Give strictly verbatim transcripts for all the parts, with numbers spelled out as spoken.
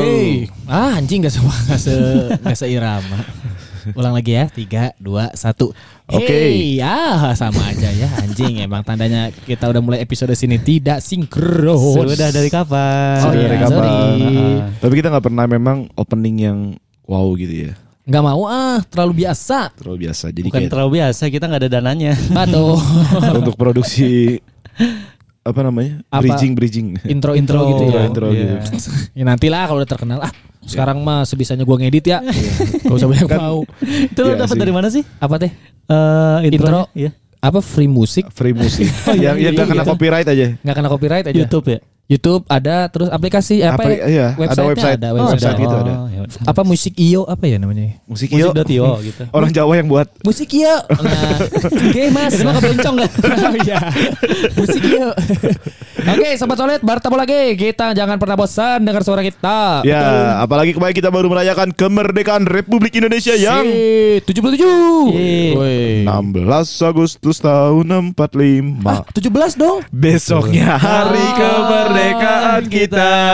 Oke. Ah anjing gak semua gak, se, gak seirama. Ulang lagi ya. Tiga, dua, satu. Oke. Hey, ya sama aja ya anjing. Emang tandanya kita udah mulai episode sini tidak sinkron. Sudah dari kapan? Oh, Sudah dari iya, kapan? sorry. Nah, tapi kita nggak pernah memang opening yang wow gitu ya. Gak mau ah, terlalu biasa. Terlalu biasa. Jadi Bukan kayak terlalu biasa, kita nggak ada dananya. Batu. untuk produksi apa namanya? Apa? Bridging bridging. Intro-intro gitu ya. Intro Iya. gitu. Ya nantilah kalau udah terkenal. Ah sekarang mah sebisanya gue ngedit ya. Gak usah banyak mau. Itu lo Iya dapat sih. dari mana sih? Apa teh? Eh Intro. intro, iya. Apa free musik? Free musik. yang yang iya, gak kena gitu. copyright aja. Gak kena copyright aja. YouTube ya? YouTube ada, terus aplikasi apa Apli- ya? iya, ada Website-nya website. ada, Oh, website. website gitu ada. ya udah. Apa musik iyo apa ya namanya? Musik iyo. Musik.io gitu. Orang Jawa yang buat. Musik iyo. Nah, oke mas. Itu mah kebencong kan? Iya. Musik iyo. Oke, sobat Solid, bertemu lagi. Kita jangan pernah bosan dengar suara kita. Ya, apalagi kemarin kita baru merayakan kemerdekaan Republik Indonesia yang Si, tujuh puluh tujuh. Yeay. Woi. enam belas Agustus tahun empat puluh lima. Ah, tujuh belas dong. Besoknya hari Ah, kemerdekaan kita.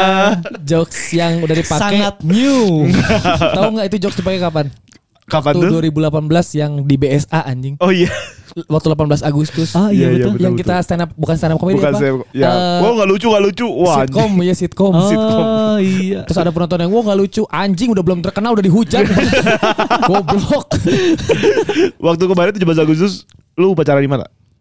Jokes yang udah dipakai. Sangat new. Tahu nggak itu jokes dipakai kapan? Kapan Waktu tuh? dua ribu delapan belas yang di B S A anjing. Oh iya. Waktu delapan belas Agustus. Ah iya, Iya, iya, betul. betul. yang kita stand up bukan stand up comedy Bukan apa? saya. Ya. Eh, Wow, enggak lucu, enggak lucu. Wah. sitcom ya sitcom. Oh iya. Terus ada penonton yang wah nggak lucu, anjing udah belum terkenal udah dihujat. Goblok. Waktu kemarin tujuh belas Agustus lu upacara di mana?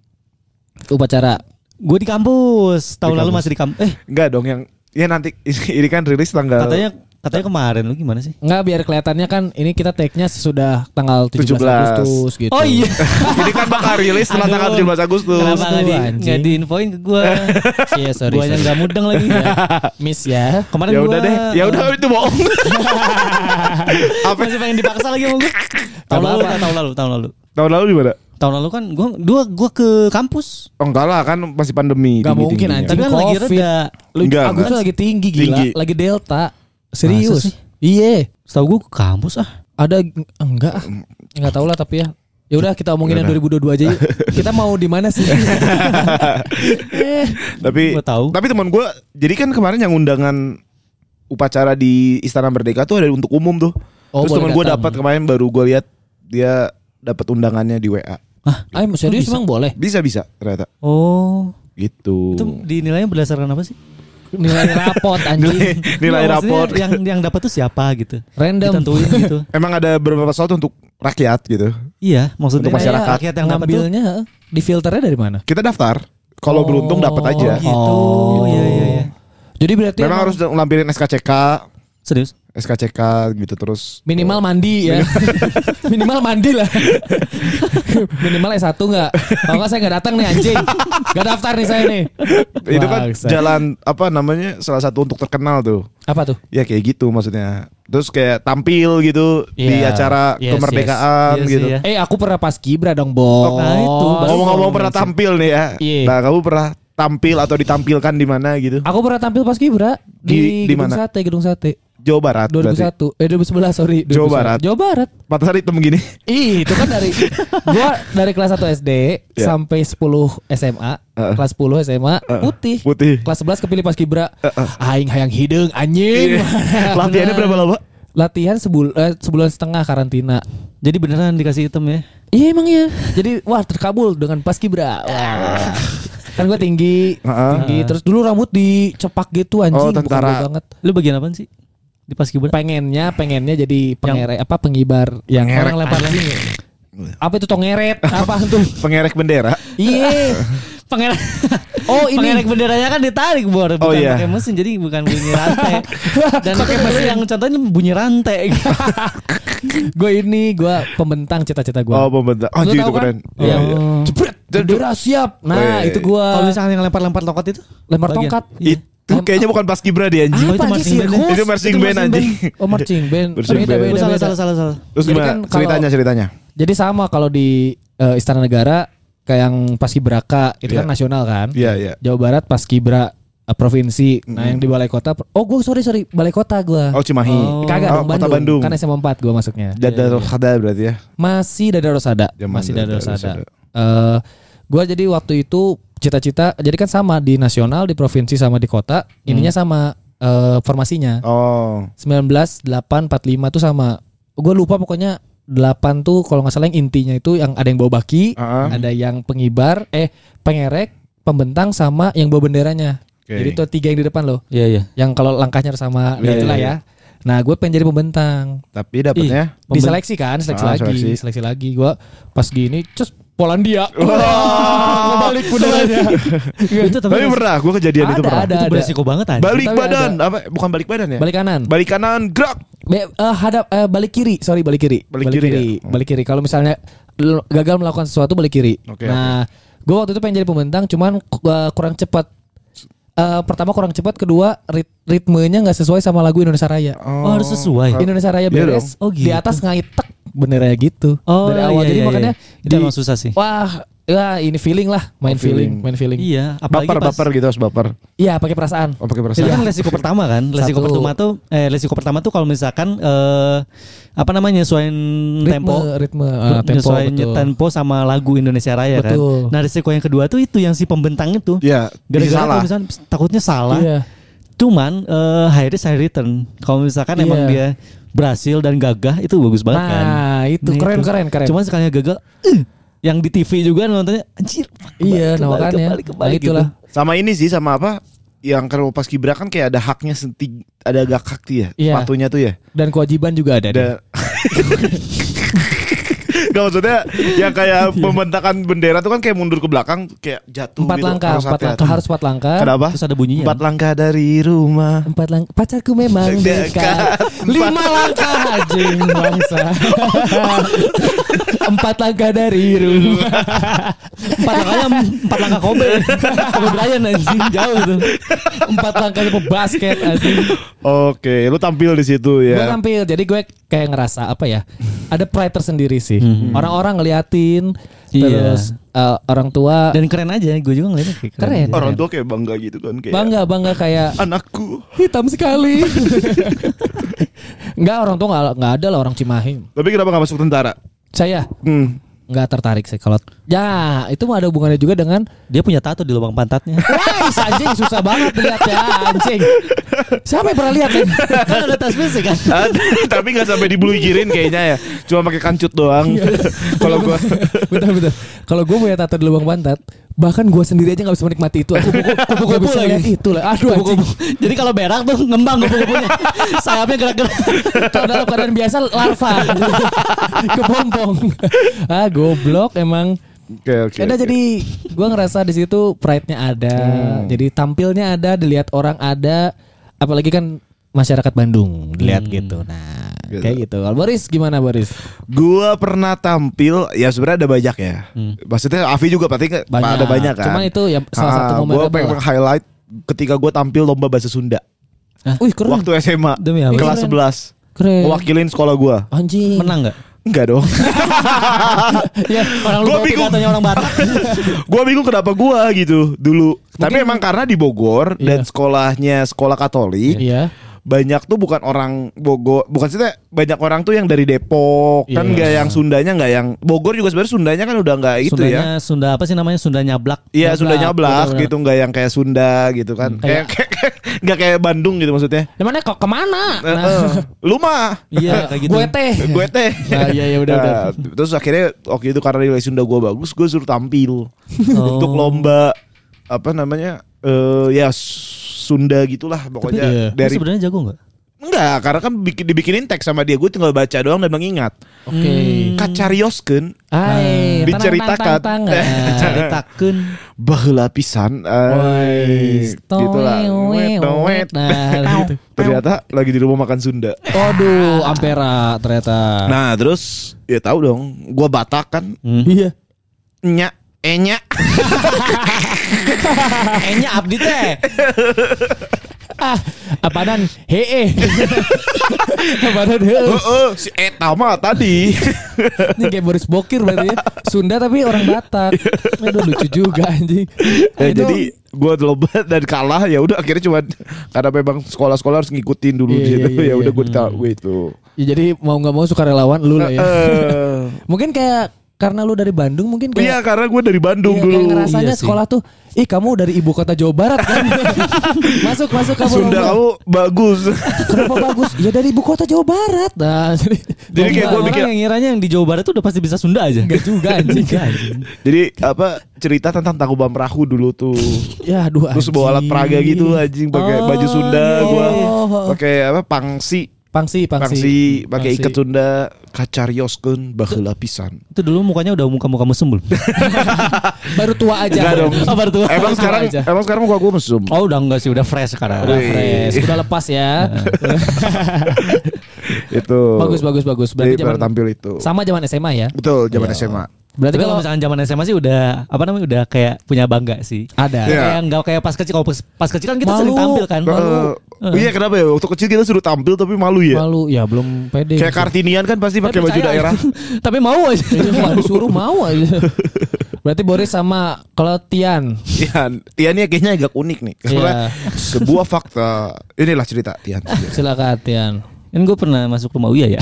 Upacara Gue di kampus. Tahun Di lalu kampus. masih di kampus. Eh, Enggak dong yang ya nanti ini kan rilis tanggal katanya katanya kemarin lu gimana sih? Enggak, biar kelihatannya kan ini kita take-nya sesudah tanggal tujuh belas tujuh belas Agustus gitu. Oh iya. ini kan bakal rilis setelah tanggal tujuh belas Agustus. Kenapa nggak di Anjing. nggak diinfoin ke gue? Iya, sorry. Gue yang sorry. nggak mudeng lagi. Miss ya. Kemarin Ya gua, udah deh. Ya udah itu bohong. Apa masih pengen dipaksa lagi sama gue? Tahun lalu, apa-apa. tahun lalu, tahun lalu. Tahun lalu di mana? Tahun lalu kan gue dua gue ke kampus. Oh enggak lah kan masih pandemi. Gak mungkin tinggi-tingginya. anjing. Tapi kan lagi Covid. reda. Lu Enggak, Agustus enggak. lagi tinggi gila, Tinggi. lagi delta. Masa Serius. sih? Iya. Setahu gue ke kampus ah. Ada enggak ah. Enggak tahu lah tapi ya. Ya udah kita omongin yang dua ribu dua puluh dua aja yuk. Kita mau di mana sih? eh, Tapi Gua tahu. tapi teman gue jadi kan kemarin yang undangan upacara di Istana Merdeka tuh ada untuk umum tuh. Oh, Terus boleh teman gue datang. dapat kemarin baru gue lihat dia dapat undangannya di W A. Ay, serius bisa? emang boleh? Bisa bisa ternyata Oh. gitu. Itu dinilainya berdasarkan apa sih? Nilai rapot anjing. Nilai, nilai Nggak, rapor. maksudnya Yang yang dapat tuh siapa gitu? Random. Ditentuin gitu. Emang ada beberapa pesawat untuk rakyat gitu. Iya, maksudnya Untuk masyarakat. rakyat yang dapat tuh. Ngambilnya di filternya dari mana? Kita daftar. Kalau Oh, beruntung dapat aja. gitu. Oh. Iya iya iya. Jadi berarti Memang emang harus lampirin S K C K, Serius? S K C K gitu terus. minimal mandi ya. Minimal mandi lah. Minimal S satu enggak? Kalau enggak saya enggak datang nih anjing. Enggak daftar nih saya nih. Itu kan Bangsat. jalan apa namanya salah satu untuk terkenal tuh. Apa tuh? Ya kayak gitu maksudnya. Terus kayak tampil gitu di Iya. acara Yes, kemerdekaan yes. Iya gitu. sih, ya. Eh aku pernah pas Kibra dong, Bos. Nah, itu, baru Ngomong-ngomong ngomong pernah sih. tampil nih ya. Iya. Nah, kamu pernah tampil atau ditampilkan di mana gitu? Aku pernah tampil pas Kibra Di- di, di Gedung mana? Sate, Gedung Sate. Jawa Barat dua ribu berarti. satu Eh dua ribu sebelas sorry. Jawa dua ribu satu. Barat. Jawa Barat. Matahari hitam gini. Ih, itu kan dari gua dari kelas satu S D Ya. sampai sepuluh S M A, Uh-uh. kelas sepuluh S M A Uh-uh. putih. Putih. Kelas sebelas kepilih pas Kibra. Uh-uh. Aing hayang hideung anjing. Iya. Latihannya berapa lama? Latihan sebul eh, sebulan setengah karantina. Jadi beneran dikasih hitam ya? Iya emang iya. Jadi wah terkabul dengan pas Kibra. Wah. Kan gue tinggi, Uh-uh. tinggi. Terus dulu rambut dicepak gitu Oh, anjing. tentara. Bukan banget. Lu bagian apa sih? Di Paskibra? Pengennya, pengennya jadi pengerek apa pengibar yang Pengerek. orang lempar gini. Apa itu tongeret? Apa tuh? Pengerek bendera. Iya. Pengerek. Oh ini. Pengerek benderanya kan ditarik bor, bukan Oh, iya. pakai mesin, jadi bukan bunyi rantai. Dan pakai mesin yang contohnya bunyi rantai. Gue ini gue pembentang cita-cita gue. Oh, pembentak. Oh, Lu itu tahu kan? keren. Iya. Iya, iya. Jepret, bendera siap. Nah, Oh, iya, iya. itu gue Kalau misalnya yang lempar-lempar tongkat itu? lempar bagian. tongkat. Itu kayaknya bukan pas Kibra dia anjing. Oh, itu Apa marching anjing, band. sirkus? Itu marching band anjing. Oh marching band. Marching Beda, band. beda, Oh, salah, beda. salah, salah, salah. Terus Jadi gimana kan kalau- ceritanya ceritanya? Jadi sama kalau di eh, Istana Negara kayak yang Paskibraka itu Iya. kan nasional kan. Iya, iya. Jawa Barat Paskibra eh, provinsi. Nah, yang di Balai Kota. Oh, gue sorry sorry Balai Kota gue. Oh, Cimahi. Oh. Kagak Oh, dong, Kota Bandung. Kan S M empat gue masuknya. Dada Rosada berarti ya. Masih Dada Rosada. Zaman Masih Dada Dada Rosada. Rosada. Eh, gue jadi waktu itu cita-cita jadi kan sama di nasional, di provinsi sama di kota. Ininya sama eh, formasinya. Oh. sembilan belas delapan empat lima tuh sama. Gue lupa pokoknya delapan tuh kalau nggak salah yang intinya itu yang ada yang bawa baki, Uh-huh. ada yang pengibar, eh pengerek, pembentang sama yang bawa benderanya. Okay. Jadi tuh tiga yang di depan loh. Iya iya. Yang kalau langkahnya harus sama Iya, itulah iya, ya. Nah, gue pengen jadi pembentang. Tapi dapatnya Diseleksi kan, seleksi Ah, lagi, seleksi. seleksi lagi. Gue pas gini, cus Polandia. Wah. Balik benderanya. Itu tapi, Tapi pernah gue kejadian itu Ada, pernah. ada. itu beresiko banget aja. Balik Tapi badan, apa bukan balik badan ya? Balik kanan. Balik kanan, gerak. Be, eh, hadap eh, balik kiri, sorry balik kiri. Balik kiri ya? Oh. Balik kiri. Kalau misalnya lu gagal melakukan sesuatu balik kiri. Oke, nah, gue waktu itu pengen jadi pembentang, cuman uh, kurang cepat. Uh, pertama kurang cepat, kedua rit ritmenya nggak sesuai sama lagu Indonesia Raya. Oh, harus sesuai. Indonesia Raya Iya beres, dong. Oh, gitu. di atas ngaitek benernya gitu. Oh, dari awal. iya, Jadi iya, makanya iya. Itu emang susah sih. wah, ya ini feeling lah, main Oh, feeling. feeling, main feeling. Iya, apalagi Baper, pas baper gitu harus baper. Iya, pakai perasaan. Oh, pakai itu perasaan. kan resiko pertama kan. Resiko Satu. pertama tuh eh resiko pertama tuh kalau misalkan eh apa namanya nyesuaiin Ritme, tempo. ritme, ah, tempo, nyesuaiin betul. tempo sama lagu Indonesia Raya Betul. kan. Nah, resiko yang kedua tuh itu yang si pembentang itu. Iya, bisa Gara-gara salah. kalau misalkan takutnya salah. Iya. Cuman eh, high risk high return. Kalau misalkan emang Iya. dia berhasil dan gagah itu bagus banget kan. Nah, itu Nah, keren, itu. keren, keren. Cuman sekalinya gagal, eh, yang di T V juga nontonnya anjir. Iya, nah kembali, makanya. kembali, kembali Nah, itulah. gitu. Sama ini sih, sama apa? Yang kalau pas kibra kan kayak ada haknya senti, ada agak hak tuh ya, Iya. sepatunya tuh ya. Dan kewajiban juga ada. Ada. Gak maksudnya yang kayak pembentakan bendera tuh kan kayak mundur ke belakang, kayak jatuh Empat gitu. langkah, Harus empat hati-hati. langkah, harus empat langkah. Kenapa? Terus ada bunyinya. Empat langkah dari rumah. Empat langkah. Pacarku memang Dekat. dekat. Lima langkah anjing bangsa. Empat langkah dari rumah. Empat langkahnya empat langkah Kobe. Kobe Bryant anjing jauh tuh. Empat langkah ke basket anjing. Oke, lu tampil di situ Gue ya. tampil, jadi gue kayak ngerasa apa ya? Ada pride tersendiri sih. Hmm. Orang-orang ngeliatin, Iya. terus eh, orang tua Dan keren aja, gue juga ngeliatnya kayak keren. Keren. aja. Orang tua kayak bangga gitu kan, kayak bangga bangga kayak anakku. hitam sekali. Enggak, orang tua nggak nggak ada lah orang Cimahi. Tapi kenapa gak masuk tentara? Saya Hmm. nggak tertarik sih kalau ya itu mah ada hubungannya juga dengan Dia punya tato di lubang pantatnya. wah anjing susah banget lihat ya anjing. Siapa yang pernah lihat kan? Kan ada tas besi kan. Ada, tapi nggak sampai dibulugirin kayaknya ya. Cuma pakai kancut doang. Kalau gua Betul betul. Kalau gue punya tato di lubang pantat, bahkan gue sendiri aja nggak bisa menikmati itu. Aku Kupu-kupu bisa lagi. lihat itu lah. Aduh anjing. Jadi kalau berak tuh ngembang kupu-kupunya. Sayapnya gerak-gerak. Kalau dalam keadaan biasa larva kepompong. Ah goblok emang. Oke oke. Ada oke. jadi gue ngerasa di situ pride-nya ada. Jadi tampilnya ada, dilihat orang ada. Apalagi kan masyarakat Bandung dilihat gitu. Nah Gitu. kayak gitu. Kalau Boris gimana Boris? Gua pernah tampil, ya sebenarnya ada banyak ya. Maksudnya Avi juga berarti kan ada banyak kan. Cuman itu ya salah satu Ah, momen gua apa pengen lah. highlight ketika gue tampil lomba bahasa Sunda Wih keren. waktu S M A Demi apa? kelas Keren. sebelas. Keren. Mewakilin sekolah gua. Anjing. Menang nggak? Enggak dong. Ya, Orang lu Gua bawa bingung. pidatonya orang Batak. Gua bingung kenapa gua gitu dulu. Tapi emang karena di Bogor dan Iya. sekolahnya sekolah Katolik. Iya. Banyak tuh bukan orang Bogor, bukan sih banyak orang tuh yang dari Depok kan, Iya. nggak yang Sundanya, nggak yang Bogor juga sebenarnya Sundanya kan udah nggak itu ya. Sundanya, Sunda apa sih namanya? Sunda nyablak. Iya Nyablak, Sunda nyablak bener-bener. gitu, nggak yang kayak Sunda gitu kan, kayak kayak- nggak kayak Bandung gitu maksudnya. Dimana kok kemana? Eh, Nah, eh, lu mah Iya kayak gitu. gue teh. gue teh. Nah, iya iya udah udah. Nah, terus akhirnya waktu itu karena nilai Sunda gue bagus, gue suruh tampil Oh. untuk lomba apa namanya eh ya Sunda gitulah pokoknya. Tapi, iya. Lu Dari sebenarnya jago nggak? enggak, karena kan bikin, dibikinin teks sama dia, gue tinggal baca doang dan mengingat. Oke. Kacarioskeun Ai, diceritakan. tang, tang, tang, tang. Ceritakeun. baheula pisan. Woi, Gitulah. wet, wet. Nah, gitu. Ternyata lagi di rumah makan Sunda. Waduh, Ampera ternyata. Nah, terus ya tahu dong, gua Batak kan. Iya. Nya, enya. Enya abdi teh. Ah, apadan hee. Apadan hee. Heeh, si eta mah tadi. Ini kayak Boris Bokir berarti ya. Sunda tapi orang Batak. Aduh lucu juga anjing. Ya, Itu- jadi gue lomba dan kalah, ya udah akhirnya cuma karena memang sekolah-sekolah harus ngikutin dulu Iya, gitu. iya, Ya iya. udah gue tahu itu. ya, jadi mau nggak mau sukarelawan lu lah ya. Eh, Mungkin kayak karena lu dari Bandung mungkin kayak Iya karena gue dari Bandung iya, dulu. kayak ngerasanya Iya sih. sekolah tuh, ih kamu dari ibu kota Jawa Barat kan? masuk masuk kamu. Sunda lomba. kamu bagus. Kenapa bagus? Ya dari ibu kota Jawa Barat. Nah, jadi, Jadi kayak gue Orang mikir. yang ngiranya yang di Jawa Barat tuh udah pasti bisa Sunda aja. enggak juga anjing. Jadi apa cerita tentang Tangkuban Perahu dulu tuh. Ya aduh Terus bawa alat peraga gitu anjing pakai Oh, baju Sunda iya. gua. Oh. Pakai apa pangsi. Pangsi, pangsi. Pangsi pakai Pangsi. ikat Sunda kacarioskeun baheula pisan. Itu dulu mukanya udah muka-muka mesum belum? Baru tua aja. Enggak dong. Oh, baru tua. Emang Tua sekarang aja. emang sekarang muka gua mesum. Oh udah enggak sih, udah fresh sekarang. Udah Wih. fresh, udah lepas ya. Itu. bagus, bagus, bagus. Berarti Berarti zaman tampil itu. sama zaman S M A ya. Betul, zaman Iya. S M A. Berarti Tapi kalau kalau misalkan zaman S M A sih udah apa namanya udah kayak punya bangga sih. ada. Iya. Kayak enggak kayak pas kecil. Kalau pas, pas kecil kan kita Malu. sering tampil kan. Eh, Iya kenapa ya? Waktu kecil kita suruh tampil tapi malu ya. Malu ya belum pede. Kayak Kartinian kan pasti pakai baju percaya. daerah. Tapi mau aja. Iya, nggak disuruh mau aja. Berarti Boris sama kalau Tian. Tian, Tian ini kayaknya agak unik nih. Karena sebuah fakta. Inilah cerita Tian. Silakan Tian. Kan gue pernah masuk rumah Uya ya.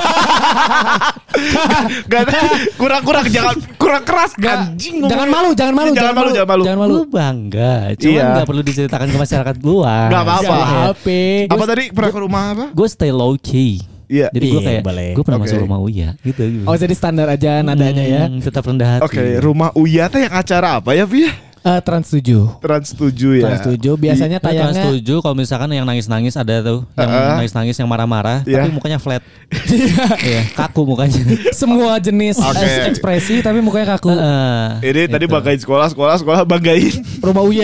Gak ada, kurang-kurang jangan kurang keras anjing. Jangan ngomongnya. malu, jangan malu, Jangan malu, jangan malu. Jangan malu. Gue bangga. Cuman Iya. nggak perlu diceritakan ke masyarakat luas. Nggak apa-apa. Iya. H P. Apa tadi pernah ke rumah apa? Gue stay low key. Iya. Jadi gue Iya, kayak boleh. gue pernah Oke. masuk rumah Uya gitu. Oh jadi standar aja nadanya ya. Hmm, tetap rendah hati. Oke, rumah Uya teh yang acara apa ya, Pi? Eh, Trans tujuh. Trans tujuh ya. Trans tujuh biasanya Saya trans tayangnya setuju kalau misalkan yang nangis-nangis ada tuh, yang Uh-uh. nangis-nangis yang marah-marah, Iya. tapi mukanya flat. Iya, kaku mukanya. semua jenis Oke. es- ekspresi tapi mukanya kaku. Heeh. Ini tadi Gitu. banggain sekolah, sekolah, sekolah banggain. Rumah Uya.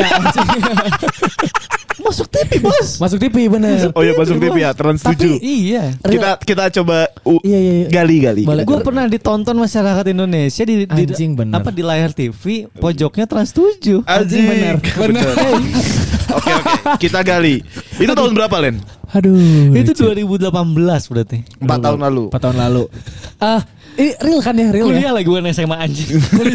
Masuk T V, Bos. Masuk T V bener. Oh ya masuk T V ya, Trans tujuh. Iya. Kita kita coba uh, Iya, iya, iya. gali-gali. Boleh. Gue pernah ditonton masyarakat Indonesia di, di Anjing, bener. apa di layar T V pojoknya Trans tujuh. Anjing bener. Bener. Oke oke, kita gali. Itu tahun berapa, Len? Aduh. Itu dua ribu delapan belas berarti. Empat tahun lalu. empat tahun lalu. Ah, ini real kan ya, real ya? Kuliah lagi gue S M A anjing.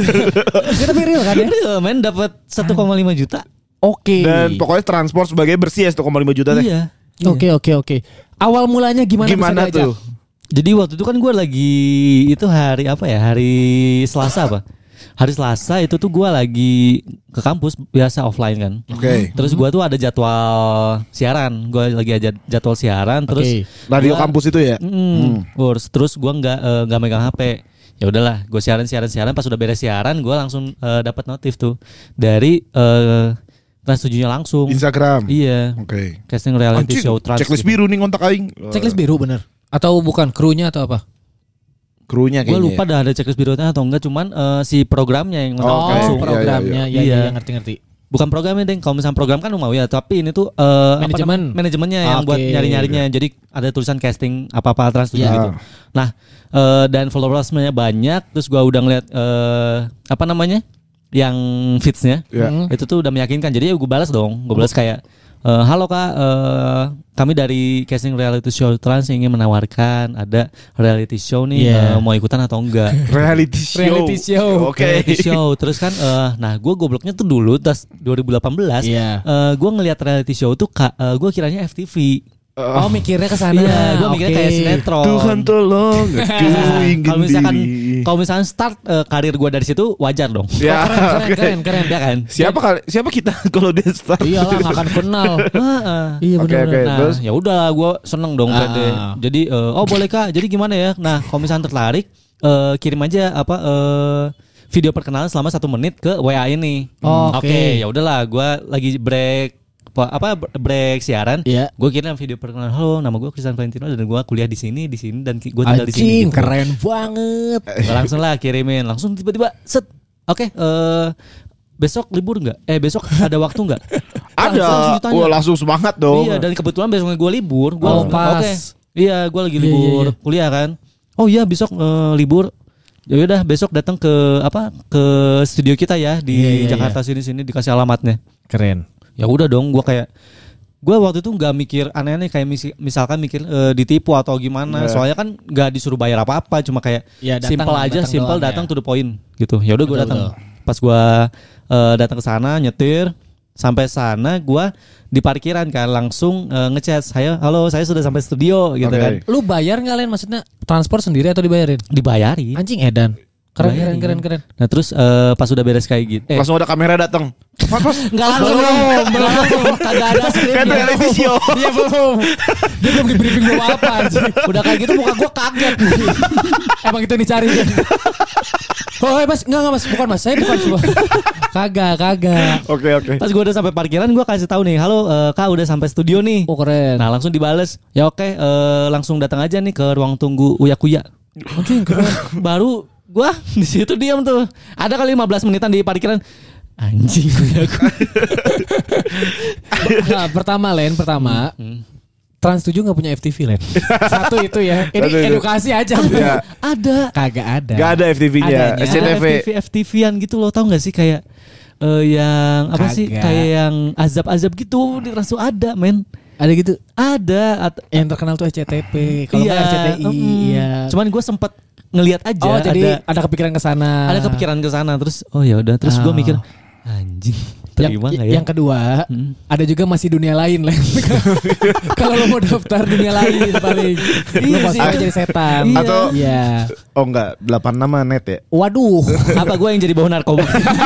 Ya, tapi real kan ya? Real men dapat satu koma lima juta. Oke. Dan pokoknya transport sebagai bersih ya satu koma lima juta teh. Iya. Oke, oke, oke. Awal mulanya gimana? Gimana bisa diajak? tuh? Jadi waktu itu kan gue lagi itu hari apa ya? Hari Selasa apa? Hari Selasa itu tuh gue lagi ke kampus biasa offline kan. Oke. Terus gue tuh ada jadwal siaran. Gue lagi ada jadwal siaran. Terus Oke. Radio gua- kampus itu ya. Mm, terus terus gue nggak eh, nggak megang H P. Ya udahlah, gue siaran siaran siaran. Pas udah beres siaran, gue langsung eh, dapat notif tuh dari eh, Trans tujuh-nya langsung. Instagram. Iya. Oke. Casting reality Anjing, show Trans. checklist gitu. biru nih ngontak aing. Checklist biru bener. Atau bukan krunya atau apa? Krunya Gue kayaknya. lupa dah ada checklist birunya atau enggak, cuman eh, si programnya yang ngontak Oh, oke. langsung. Iya, programnya. iya, Ya, iya. ya, ngerti-ngerti. Bukan programnya deng, kalau misalnya program kan mau ya, tapi ini tuh eh, apa Manajemen. namanya? Manajemennya yang Oke. buat nyari-nyarinya. Jadi ada tulisan casting apa-apa Trans tujuh Iya. gitu. Nah, eh, dan followersnya banyak, terus gua udah ngeliat eh, apa namanya? Yang feedsnya. Ya. Hmm. Itu tuh udah meyakinkan. Jadi ya gue balas dong. Gue balas kayak eh, halo Kak, eh, kami dari casting reality show Trans ingin menawarkan ada reality show nih, Iya. eh, mau ikutan atau enggak? Reality show. Reality show. Oke. Reality show. Terus kan eh, nah gue gobloknya tuh dulu tas dua ribu delapan belas Iya. eh, gue ngelihat reality show tuh kak eh, gue kiranya F T V. Oh, mikirnya ke sana. Iya, gue mikirnya Oke. kayak sinetron. Tuhan tolong aku ingin Kalau misalkan diri. kalau misalkan start eh, karir gue dari situ wajar dong. Ya, Keren, keren, oke. keren, keren. Ya kan? Siapa kali siapa kita kalau dia start? Iyalah nggak akan kenal. Heeh. Iya Oke, benar. oke. Nah, Terus? ya udah gue seneng dong Ah. pede. Jadi eh, oh boleh Kak. Jadi gimana ya? Nah, kalau misalnya tertarik eh, kirim aja apa eh, video perkenalan selama satu menit ke W A ini. Oh, Oke, oke. ya udahlah. Gue lagi break apa, apa break siaran. Iya. Gue kirim video perkenalan. Halo, nama gue Christian Valentino dan gue kuliah di sini, di sini dan gue tinggal di sini. Anjing, gitu. keren banget. Gua langsung lah kirimin, langsung tiba-tiba set. Oke, eh besok libur nggak? Eh besok ada waktu nggak? Ada. Langsung ditanya. Wah, langsung semangat dong. Iya, dan kebetulan besoknya gue libur. Gua Oh, langsung, pas. Oke. Iya, gue lagi Iya, libur iya, iya. kuliah kan. Oh iya, besok eh, libur. Ya udah besok datang ke apa? Ke studio kita ya di Iya, iya, Jakarta sini-sini dikasih alamatnya. Keren. Ya udah dong, gue kayak gue waktu itu nggak mikir aneh-aneh kayak misi- misalkan mikir eh, ditipu atau gimana. Iya. Soalnya kan nggak disuruh bayar apa-apa, cuma kayak Ya, datang, simple aja, datang simple doang, datang ya. to the point gitu. Ya udah gue Betul, datang. betul. Pas gue eh, datang ke sana nyetir sampai sana gue di parkiran kan langsung eh, ngechat saya, halo saya sudah sampai studio gitu Oke. kan. Lu bayar nggak Len? Maksudnya transport sendiri atau dibayarin? Dibayarin. Anjing edan. Keren Bayangin. keren keren keren. Nah terus eh, pas udah beres kayak gitu, eh, Langsung ada kamera datang. Mas, mas. nggak langsung Belum, belum, belum. langsung, kagak ada Kan skripnya. reality show. Iya belum. Dia belum di briefing belum apa anjing. Udah kayak gitu muka gue kaget nih. Emang itu yang dicari kan. Oh eh, mas, enggak enggak mas, bukan mas, saya bukan semua. Kagak kagak. Oke oke. Pas gue udah sampai parkiran, gue kasih tahu nih, halo eh, kak udah sampai studio nih. Oh keren. Nah langsung dibales, ya oke eh, langsung datang aja nih ke ruang tunggu Uya Kuya. Anjing keren. Baru gue di situ diam tuh. Ada kali lima belas menitan di parkiran. Anjing Uya Kuya. Nah, pertama Len, pertama Trans tujuh gak punya F T V Len. Satu itu ya. Ini Satu itu. edukasi aja. Iya. Ada. Kagak ada. Gak ada F T V-nya. Adanya. S C T V. F T V F T V-an gitu loh, tau gak sih kayak eh, yang apa sih Kagak. kayak yang azab-azab gitu di Trans tuh ada men. Ada gitu. Ada. At- Yang terkenal tuh S C T P. Kalau nggak R C T I. mm. Iya. Cuman gue sempet ngelihat aja. Oh jadi ada, ada kepikiran ke sana. ada kepikiran ke sana terus oh ya udah terus gue Oh. mikir anjing Yang, terima nggak ya? yang kedua, Hmm. ada juga masih dunia lain Len. Kalau lo mau daftar dunia lain paling lo Iya pasti sih. akan jadi setan. Iya. Atau- Iya. Oh enggak, delapan nama net ya. Waduh. Apa gue yang jadi bawa narkoba?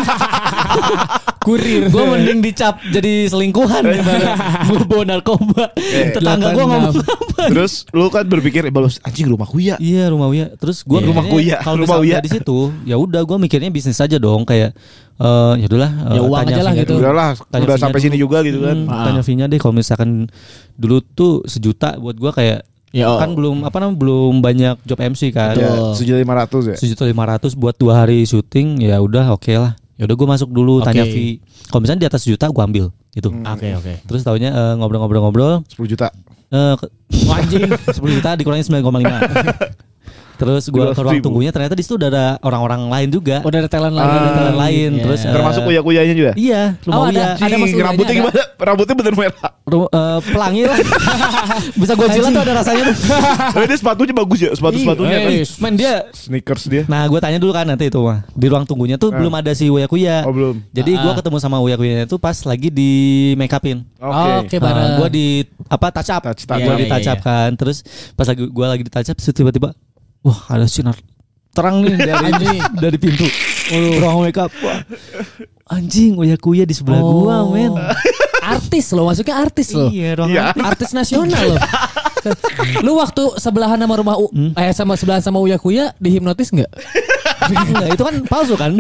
Kurir. Gue mending dicap jadi selingkuhan daripada gue bawa narkoba. Tetangga gue ngomong apa? Terus lu kan berpikir, eh, balas anjing rumahku ya. Iya rumah Uya. Terus gue Iya. Rumah Uya, kalau rumah misalnya Uya. di situ, ya udah gue mikirnya bisnis aja dong kayak eh ya udahlah. eh, Ya, uang tanya aja lah fee-nya gitu. dulu. Udahlah, Tanya udah fee-nya sampai dulu. sini juga gitu kan. Hmm, Ah. tanya fee-nya deh kalau misalkan dulu tuh sejuta buat gue kayak Ya, oh. kan belum apa namanya belum banyak job M C kan. Ya, Betul. sejuta lima ratus ya. Sejuta lima ratus buat dua hari syuting ya udah oke lah. Ya udah gue masuk dulu Oke. tanya fee. Kalau misalnya di atas sejuta gue ambil gitu. Oke oke. Terus taunya eh, ngobrol-ngobrol-ngobrol sepuluh juta. eh, ke- Wah, anjing. sepuluh juta dikurangin sembilan koma lima. Terus gue ke ruang Ribu. tunggunya ternyata di situ udah ada orang-orang lain juga. Udah ada talent lain. Ah. Ada talent lain. Iya. Terus eh, Termasuk Uya-Kuyanya juga. Iya, rumah Oh, ada. Uya. Ada Anjing, Mas Uyanya, rambutnya ada? gimana? Rambutnya bener merah. Ru- eh, pelangi lah. Bisa gue jilat tuh ada rasanya tuh. Tapi dia sepatunya bagus ya, sepatu-sepatunya kan. Iya. Men dia. Sneakers dia. Nah gue tanya dulu kan nanti itu mah. Di ruang tunggunya tuh Ah. belum ada si Uya Kuya. Oh, belum. Jadi gue Ah. ketemu sama Uya Kuya itu pas lagi di make upin. Oke. Oke, bareng. gue di apa touch up. Touch up. Gue Iya, di iya, touch up iya. kan. Terus pas lagi gue lagi di touch up terus tiba-tiba wah ada sinar terang nih dari Anjing. dari pintu. Ruang make up. Wah. Anjing Uya Kuya di sebelah Oh. gua men. Artis loh, masuknya artis loh. Iya, ruang Iya. Artis nasional loh. Lu waktu sebelahan sama rumah U, Hmm? eh sama sebelahan sama Uya Kuya dihipnotis enggak? Enggak, itu kan palsu kan?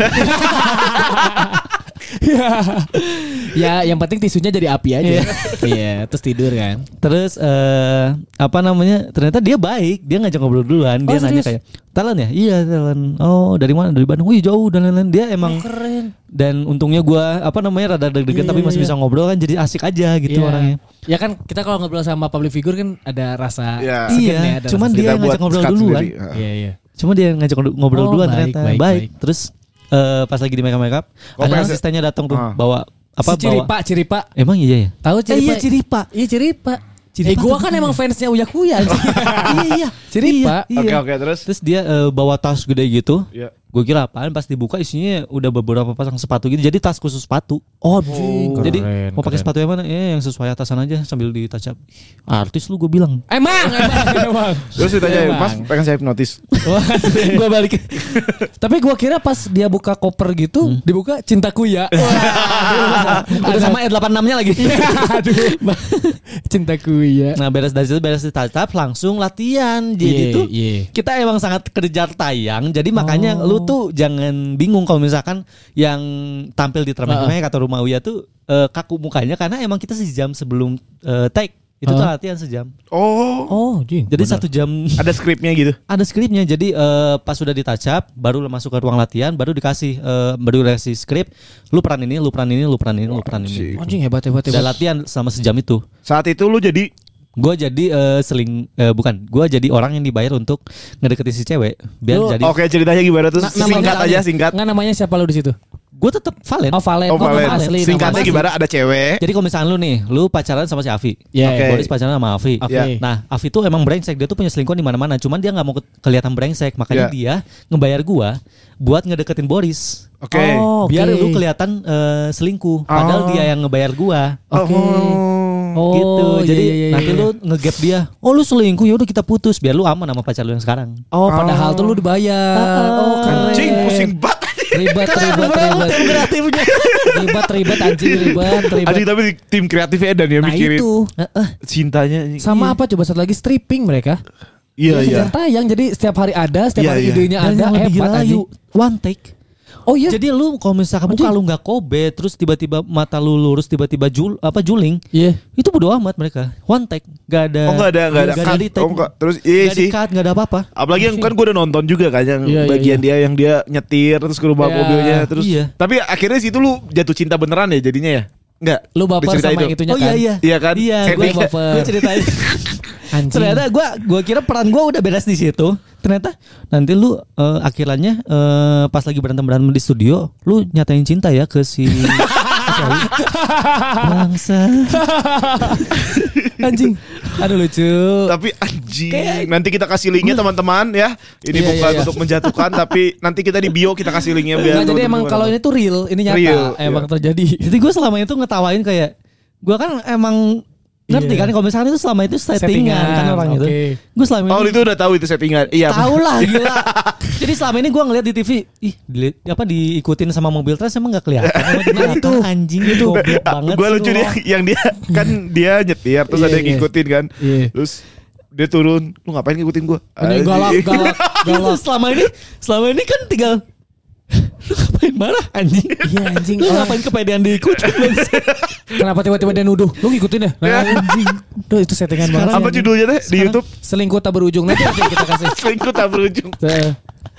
Ya, yang penting tisunya jadi api aja. Iya, terus tidur kan. Terus eh apa namanya? Ternyata dia baik, dia ngajak ngobrol duluan. Dia Oh, nanya serius? kayak, "Talent ya?" "Iya, talent." "Oh, dari mana?" "Dari Bandung." "Wih, jauh dan lain-lain." Dia emang Keren. dan untungnya gua apa namanya rada deg-degan Iya, tapi iya, masih iya. bisa ngobrol kan jadi asik aja gitu Iya. orangnya. Ya kan kita kalau ngobrol sama public figure kan ada rasa Iya. segan Iya, ya, ada cuman rasa dia Kita yang buat ngajak ngobrol skat duluan. sendiri. segan. Iya, iya. Cuma dia yang ngajak ngobrol Oh, duluan baik, ternyata. baik, Baik. baik. Terus eh, pas lagi di make up make up, Oh, ada pas- asistennya datang tuh Ah. bawa apa Si Ciripa, Ciripa. bawa Emang iya ya? Tahu Eh, Ciripa? iya Ciripa. Iya Ciripa. Ciripa eh gua tuh kan gimana? emang fansnya Uya Kuya. iya iya. Ciripa. Iya, Oke iya. oke terus. Terus dia eh, bawa tas gede gitu. Iya. Gue kira apaan pas dibuka isinya udah beberapa pasang sepatu gitu. Jadi tas khusus sepatu. Oh, anjing. Jadi Keren, mau pakai keren. sepatu yang mana? Eh yang sesuai atasan aja sambil di touch up. Artis lu gue bilang. Emang, emang, emang. Terus ditanya, Emang. "Mas, pengen saya hipnotis?" Gue balik. Tapi gua kira pas dia buka koper gitu, Hmm. dibuka cintaku ya. Wah, Udah sama E delapan puluh enam-nya lagi. aduh. Cintaku ya. Nah beres dari situ beres di touch up langsung latihan. Jadi Iya, tuh iya. kita emang sangat kejar tayang. Jadi makanya Oh. lu tuh jangan bingung kalau misalkan yang tampil di Tremek atau Rumah Uya tuh eh, kaku mukanya karena emang kita sejam sebelum eh, take itu tuh Hah? latihan sejam. Oh, Oh, jing. Jadi satu jam ada skripnya gitu. ada skripnya. Jadi eh, pas sudah di touch up baru lu masuk ke ruang latihan baru dikasih eh, baru dikasih skrip. Lu peran ini, lu peran ini, lu peran ini, lu peran ini. Anjing. Anjing hebat hebat Dan hebat. latihan selama sejam itu. Saat itu lu jadi Gue jadi eh, seling eh, bukan, gue jadi orang yang dibayar untuk ngedeketin si cewek biar Lu- jadi. Oke, ceritanya gimana tuh? Na- nama Singkat lengkapnya. aja, singkat. Nggak namanya siapa lu di situ? Gue tetap Valen. Oh, Valen. Oh, Valen. nama asli. nama Singkatnya asli. gimana? Ada cewek. Jadi kalau misalnya lu nih, lu pacaran sama si Avi. Iya. Oke. Boris pacaran sama Avi. Oke. Ya. Nah, Avi tuh emang brengsek, dia tuh punya selingkuhan di mana-mana, cuman dia nggak mau ke- kelihatan brengsek, makanya Ya. dia ngebayar gua buat ngedeketin Boris. Oke. Oh, Biar oke. lu kelihatan eh, selingkuh, padahal Oh. dia yang ngebayar gua. Oke. Oh. Oh, gitu. iya, Jadi iya, iya, nanti iya. lu nge-gap dia. Oh lu selingkuh, ya udah kita putus biar lu aman sama pacar lu yang sekarang. Oh, padahal tuh lu dibayar. Oh, keren. Anjing pusing banget. Ribet, ribet, ribet. Tim kreatifnya. Ribet, ribet anjing, ribet, ribet. Anjing tapi tim kreatif Edan ya Nah mikirin itu. cintanya. anjing. Sama apa coba satu lagi stripping mereka. Iya iya. Kejar tayang jadi setiap hari ada, setiap Iya, hari iya. idenya Dan ada, yang lebih hebat gila anjing. yuk, one take. Oh iya. Jadi lu kalau misalkan muka lu nggak kobe, terus tiba-tiba mata lu lurus, tiba-tiba jul apa juling, Iya. itu bodo amat mereka. One take, nggak ada. Oh nggak ada nggak ada nggak cut. di take, Oh enggak. Terus iya nggak sih. di cut, nggak ada apa-apa. Apalagi yang kan gue udah nonton juga kan yang Iya, iya, bagian iya. dia yang dia nyetir terus ke rumah Iya, mobilnya terus. iya. Tapi akhirnya situ lu jatuh cinta beneran ya jadinya ya? Enggak. Lu baper Cerita sama itu. yang itunya Oh kan. iya iya. Iya kan? Iya, gue Endingnya. baper. gue ceritain. Anjing. Ternyata gue gue kira peran gue udah beres di situ. Ternyata nanti lu eh, akhirnya eh, pas lagi berantem berantem di studio, lu nyatain cinta ya ke si bangsa. Anjing. Aduh lucu. Tapi anjing, nanti kita kasih linknya teman-teman ya. Ini Iya, bukan iya, iya. untuk menjatuhkan, tapi nanti kita di bio kita kasih linknya biar. Nah, jadi teman-teman emang kalau ini tuh real, ini nyata, Real, emang iya. terjadi. Jadi gue selama itu ngetawain kayak gue kan emang ngerti Iya. kan kalau misalnya itu selama itu settingan, Settingan, kan orang itu. oke. Gue selama Oh ini itu udah tahu itu settingan. Iya. tahu lah gila. Jadi selama ini gue ngeliat di T V, ih dili- apa diikutin sama mobil trans emang nggak kelihatan. Nah itu anjing itu goblok banget. Gue sih lucu lu. dia yang dia kan dia nyetir terus Iya, ada yang iya. ngikutin kan. Iya. Terus dia turun, lu ngapain ngikutin gue? Ini galak, galak, galak. selama ini selama ini kan tinggal lu ngapain marah anjing. Iya anjing. Lu orang- ngapain kepedean diikutin bangsa? Kenapa tiba-tiba dia nuduh? Lu ngikutin ya? Nah, anjing. Duh itu settingan banget. Apa sih, judulnya teh di Sekarang- YouTube? Selingkuh tak berujung. Nanti nanti kita kasih. Selingkuh tak berujung. Tuh.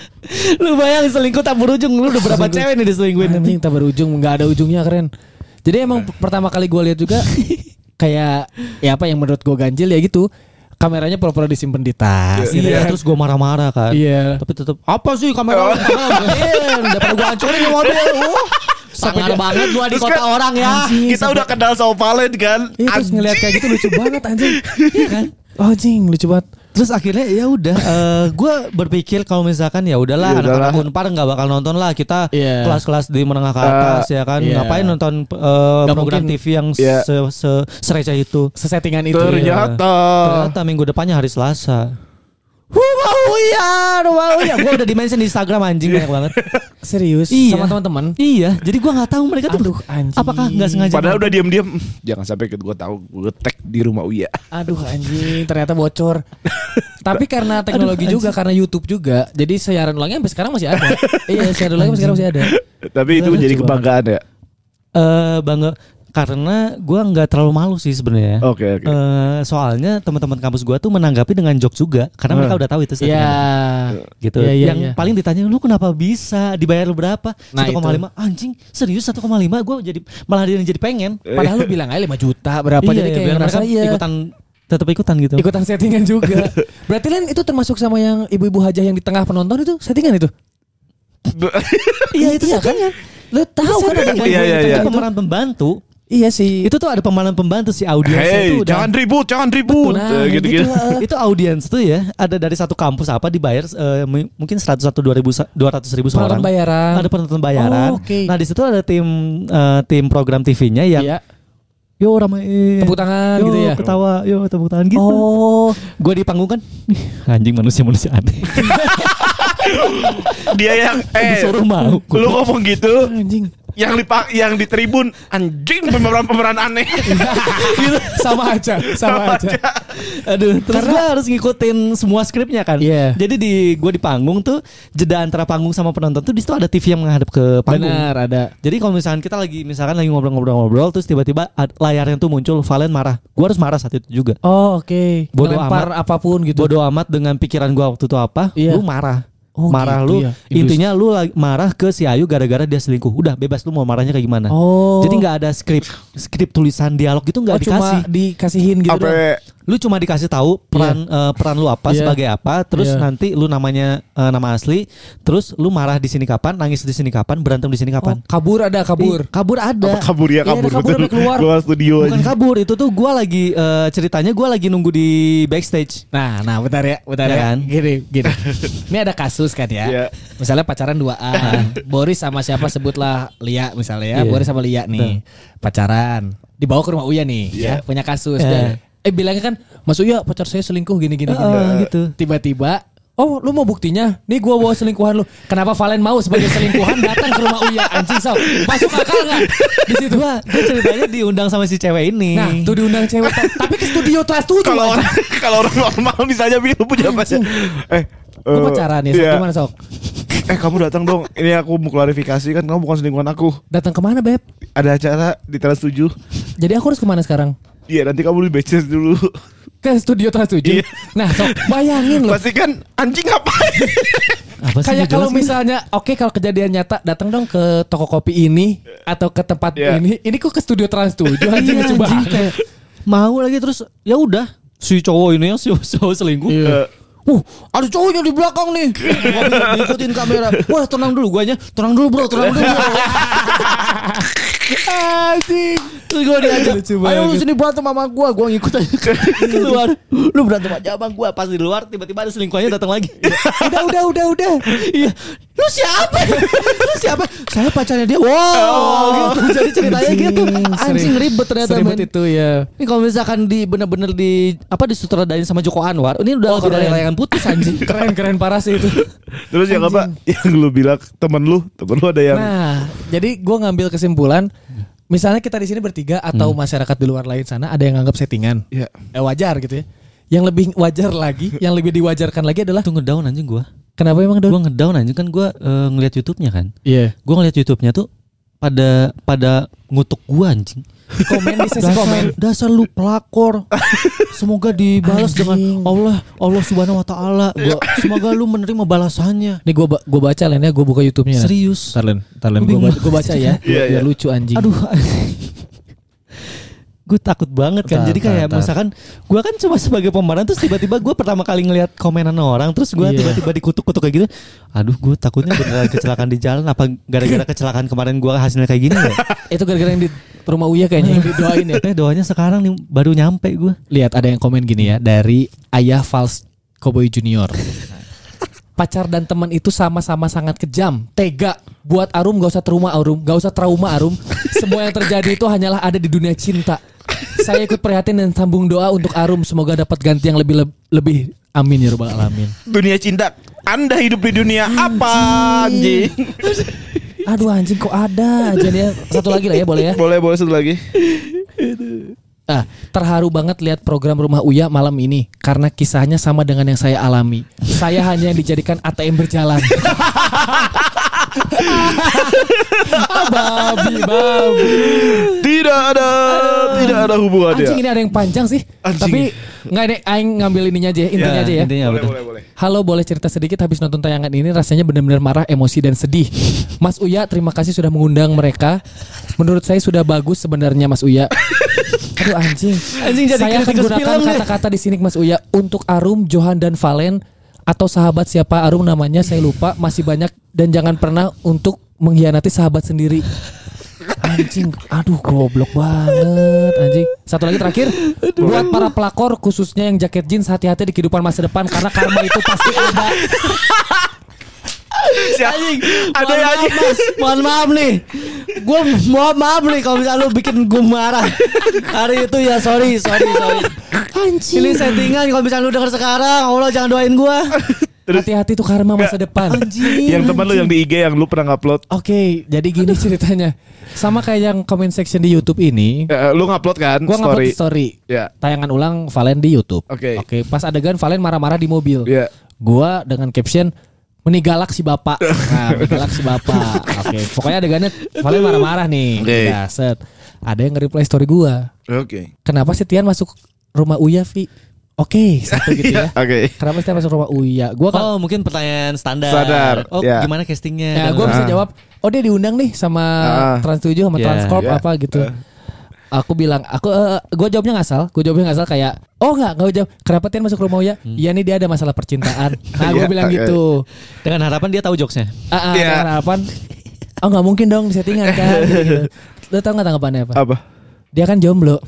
Lu bayangin selingkuh tak berujung, lu udah berapa cewek nih diselingkuhin? Anjing tak berujung, nggak ada ujungnya, keren. Jadi emang p- pertama kali gue lihat juga kayak ya apa yang menurut gue ganjil ya gitu. Kameranya pura-pura disimpan di tas. gitu Iya, kan. terus gue marah-marah kan. Iya. Tapi tetap apa sih kamera? Kamera daripada gue hancurin nih mobil. Uh, sangar banget gua di Terus kota kan- orang ya. Anjing, Kita sampai- udah kenal sama Valen kan. Iya terus ngeliat kayak gitu lucu banget anjing. Iya kan? Oh anjing lucu banget. Terus akhirnya ya udah eh, gue berpikir kalau misalkan ya udahlah Ya udahlah. anak-anak Unpar nggak bakal nonton lah kita Iya. kelas-kelas di menengah ke atas ya kan iya. ngapain nonton eh, Nggak program mungkin. T V yang Iya. se, se sereceh itu. Sesettingan itu. Ternyata. Ternyata minggu depannya hari Selasa. Wow ya, wow ya. Gue udah di-mention di Instagram anjing banyak banget. Serius Iya. sama teman-teman. Iya, jadi gue nggak tahu mereka tuh. Aduh, anjing. Apakah nggak sengaja? Padahal udah diam-diam. Jangan sampai gue tahu gue tag di rumah Uya. Aduh anjing ternyata bocor. Tapi karena teknologi Aduh, juga karena YouTube juga. Jadi siaran ulangnya sampai sekarang masih ada. Iya siaran ulangnya sampai sekarang masih ada. Tapi itu Lucu menjadi banget. kebanggaan ya. Eh bangga karena gue nggak terlalu malu sih sebenarnya. Oke oke. Eh, soalnya teman-teman kampus gue tuh menanggapi dengan joke juga karena Hmm. mereka udah tahu itu Iya. settingan. Gitu. Iya, iya, Yang iya. paling ditanya lu kenapa bisa dibayar lu berapa? Nah, satu koma lima anjing serius satu koma lima gue jadi malah dia yang jadi pengen. Padahal lu bilang aja lima juta berapa Iya, jadi kayak biar ngerasa mereka iya. ikutan tetap ikutan gitu. Ikutan settingan juga. Berarti Len itu termasuk sama yang ibu-ibu hajah yang di tengah penonton itu settingan itu? Iya itu Iya kan? settingan. Lu tahu kan ada ibu-ibu Iya, iya, yang iya. tengah Itu itu? pemeran pembantu. Iya sih. Itu tuh ada pemeran pembantu si audiensnya Hey, tuh udah. jangan ribut, jangan ribut. Nah, Eh, gitu-gitu. gitu lah. Itu audiens tuh ya ada dari satu kampus apa dibayar eh, m- mungkin seratus atau dua ribu dua ratus ribu seorang. Penonton bayaran. Ada penonton bayaran. Oh, oke. Nah di situ ada tim eh, tim program T V-nya yang Iya. yo ramein, Tepuk tangan yo, gitu ya. ketawa, yo tepuk tangan gitu. Oh. Gue di panggung kan, "Ih, anjing manusia-manusia aneh. Dia yang eh Disuruh mau. lu ngomong gitu, Anjing. yang di yang di tribun anjing pemeran-pemeran aneh. Gitu. Sama aja, sama aja. Aduh, terus gue harus ngikutin semua skripnya kan. Iya. Jadi di gue di panggung tuh jeda antara panggung sama penonton tuh di situ ada T V yang menghadap ke panggung. Benar ada. Jadi kalau misalkan kita lagi misalkan lagi ngobrol-ngobrol-ngobrol terus tiba-tiba ad- layarnya tuh muncul Valen marah. Gue harus marah saat itu juga. Oh oke. Bodo Ngelempar apapun gitu. Bodoh amat dengan pikiran gue waktu itu apa, Iya. lu marah. Oh, marah gitu lu ya. intinya lu lagi marah ke si Ayu gara-gara dia selingkuh. Udah bebas lu mau marahnya kayak gimana. Oh. Jadi nggak ada skrip skrip tulisan dialog gitu nggak Oh, dikasih. cuma dikasihin gitu. doang. Apa Lu cuma dikasih tahu peran eh, peran lu apa Iya. sebagai apa, terus Iya. nanti lu namanya eh, nama asli, terus lu marah di sini kapan, nangis di sini kapan, berantem di sini Oh, kapan. kabur ada kabur. Ih, kabur ada. apa kabur ya Iya, kabur ada kabur, betul. ada keluar. Keluar studio Bukan aja. kabur, itu tuh gua lagi eh, ceritanya gua lagi nunggu di backstage. Nah, nah bentar ya, bentar Ya ya. kan? Gini, gini. Ini ada kasus kan ya. Iya. Misalnya pacaran duaan. Boris sama siapa sebutlah Lia misalnya ya. Iya. Boris sama Lia nih. Pacaran. dibawa ke rumah Uya nih, Iya. ya punya kasus. Iya. Eh bilangnya kan, Mas Uya pacar saya selingkuh gini gini. Oh, gini. gitu. Tiba-tiba, oh lu mau buktinya? Nih gua bawa selingkuhan lu. Kenapa Valen mau sebagai selingkuhan datang ke rumah Uya? Anjing Sok. Masuk akal nggak? Di situ. Gua, gua ceritanya diundang sama si cewek ini. Nah, tuh diundang cewek, tapi ke studio Trans tujuh. Kalau orang kalau orang normal misalnya lu punya pacar. Eh, Lu eh, pacaran ya, Sok? iya. Gimana Sok? Eh kamu datang dong. Ini aku mau klarifikasi kan kamu bukan selingkuhan aku. Datang kemana Beb? Ada acara di Trans tujuh. Jadi aku harus kemana sekarang? Iya nanti kamu di batches dulu. Ke studio Trans tujuh. Iya. Nah, Sok, bayangin loh. Pasti kan anjing ngapain? Apa sih? Kayak nggak kalau jelas nih? misalnya, oke kalau kejadian nyata, datang dong ke toko kopi ini atau ke tempat Iya. ini. Ini kok ke studio Trans tujuh anjing Iya, lucu anjing, banget. kayak mau lagi terus ya udah si cowok ini yang si cowok selingkuh. Iya. Uh, ada cowoknya di belakang nih. Gua bilang, diikutin kamera. Wah, tenang dulu guanya. Tenang dulu, Bro. Tenang dulu. Anjing. Terus gue diajak, Lucu ayo lu banget. sini berantem sama gue. Gue ngikut aja ke luar. Lu berantem aja sama gue. Pas di luar tiba-tiba ada selingkuhannya datang lagi. Udah, udah, udah, udah. Iya. Lu siapa? Lu siapa? Saya pacarnya dia. Wow, gitu. Jadi ceritanya gitu. Anjing ribet ternyata, Seribet men. itu ya. Ini kalau misalkan di bener-bener di apa disutradain sama Joko Anwar, ini udah Oh, lebih dari keren. layangan putus anjing. Keren, keren parah sih itu. Terus yang apa? Yang lu bilang temen lu, temen lu ada yang Nah, jadi gue ngambil kesimpulan. Misalnya kita di sini bertiga atau masyarakat di luar lain sana ada yang nganggap settingan. Iya. Eh wajar gitu ya. Yang lebih wajar lagi, yang lebih diwajarkan lagi adalah Itu ngedown anjing gue. kenapa emang Gue Don? ngedown anjing kan gue uh, ngeliat YouTube-nya kan. Iya. Gue ngeliat YouTube-nya tuh pada pada ngutuk gue anjing. Di komen di sesi Dasar, komen. dasar lu pelakor. Semoga dibalas Anjing. dengan Allah Allah Subhanahu wa taala. Gua- Semoga lu menerima balasannya. Nih gue gue baca Len ya, gue buka YouTube-nya. Serius. Tarlen, Tarlen Gua gue bingung. baca, gua baca ya. Iya, Biar iya. lucu anjing. Aduh. Gue takut banget kan. Tar, Jadi tar, kayak tar. misalkan gue kan cuma sebagai pemeran terus tiba-tiba gue pertama kali ngeliat komenan orang terus gue Iya. tiba-tiba dikutuk-kutuk kayak gitu. Aduh, gue takutnya beneran kecelakaan di jalan apa gara-gara kecelakaan kemarin gue hasilnya kayak gini ya. Itu gara-gara yang di rumah Uya kayaknya yang didoain ya. Eh doanya sekarang nih baru nyampe gue. Lihat ada yang komen gini ya, dari Ayah Fals Cowboy Junior. Pacar dan teman itu sama-sama sangat kejam, tega. Buat Arum gak usah trauma Arum, gak usah trauma Arum. Semua yang terjadi itu hanyalah ada di dunia cinta. Saya ikut prihatin dan sambung doa untuk Arum, semoga dapat ganti yang lebih lebih. Amin ya rabbal alamin. dunia cinta. Anda hidup di dunia apa anjing? Aduh anjing kok ada aja nih ya. Satu lagi lah ya boleh ya. Boleh boleh satu lagi. Ah, terharu banget lihat program Rumah Uya malam ini karena kisahnya sama dengan yang saya alami. Saya hanya yang dijadikan A T M berjalan. babi, babi. Tidak ada tidak ada hubungannya. Anjing ini ada yang panjang sih. Anjing. Tapi nggak ada aing ngambil ininya aja ya, intinya aja ya. Intinya Boleh betul. boleh boleh. Halo, boleh cerita sedikit habis nonton tayangan ini rasanya benar-benar marah, emosi dan sedih. Mas Uya, terima kasih sudah mengundang mereka. Menurut saya sudah bagus sebenarnya Mas Uya. Aduh anjing. Anjing jadi Saya akan kritikus gunakan film nih. kata-kata di sini Mas Uya untuk Arum, Johan dan Valen atau sahabat siapa Arum namanya saya lupa, masih banyak dan jangan pernah untuk mengkhianati sahabat sendiri. Anjing, aduh goblok banget anjing. Satu lagi terakhir, buat para pelakor khususnya yang jaket jeans, hati-hati di kehidupan masa depan karena karma itu pasti ada. Siapa? Ada Mohon yang maaf, anjing. Mas, mohon maaf nih. Gue mohon maaf nih kalau misalnya lu bikin gue marah. Hari itu ya sorry, sorry, sorry. Anjing. Ini settingan kalau misalnya lu denger sekarang, Allah jangan doain gue. Hati-hati tuh karma masa depan. Yang teman lu yang di I G yang lu pernah ngupload. Oke, jadi gini ceritanya. Sama kayak yang comment section di YouTube ini. Eh, lu ngupload kan Gua story. ngupload story. Ya. Tayangan ulang Valen di YouTube. Oke. Oke, pas adegan Valen marah-marah di mobil. Iya. Gua dengan caption menigalak si bapak. Nah, menigalak si bapak. Oke, pokoknya adegannya Valen marah-marah nih. Oke. Udah, set. Ada yang nge-reply story gua. Oke. Kenapa sih Tian masuk rumah Uya, Vi? Oke, satu gitu ya. Oke. Kenapa sih Tian masuk rumah Uya? Gua kan Oh mungkin pertanyaan standar. Standar, Oh ya. gimana castingnya? ya Dan- gue bisa Ah. jawab, oh dia diundang nih sama Ah. Trans tujuh sama Ya, Transcorp ya. apa gitu. Aku bilang, aku gue jawabnya ngasal, gue jawabnya ngasal kayak, oh nggak, nggak jawab. Kenapa Tian masuk rumah Uya? Iya nih dia ada masalah percintaan. Nah gue Iya, bilang oke. gitu. Dengan harapan dia tahu jokesnya. Ah, ah, Iya. dengan harapan, oh nggak mungkin dong di settingan kan. Gitu, gitu. Lo tau nggak tanggapannya apa? Apa? Dia kan jomblo.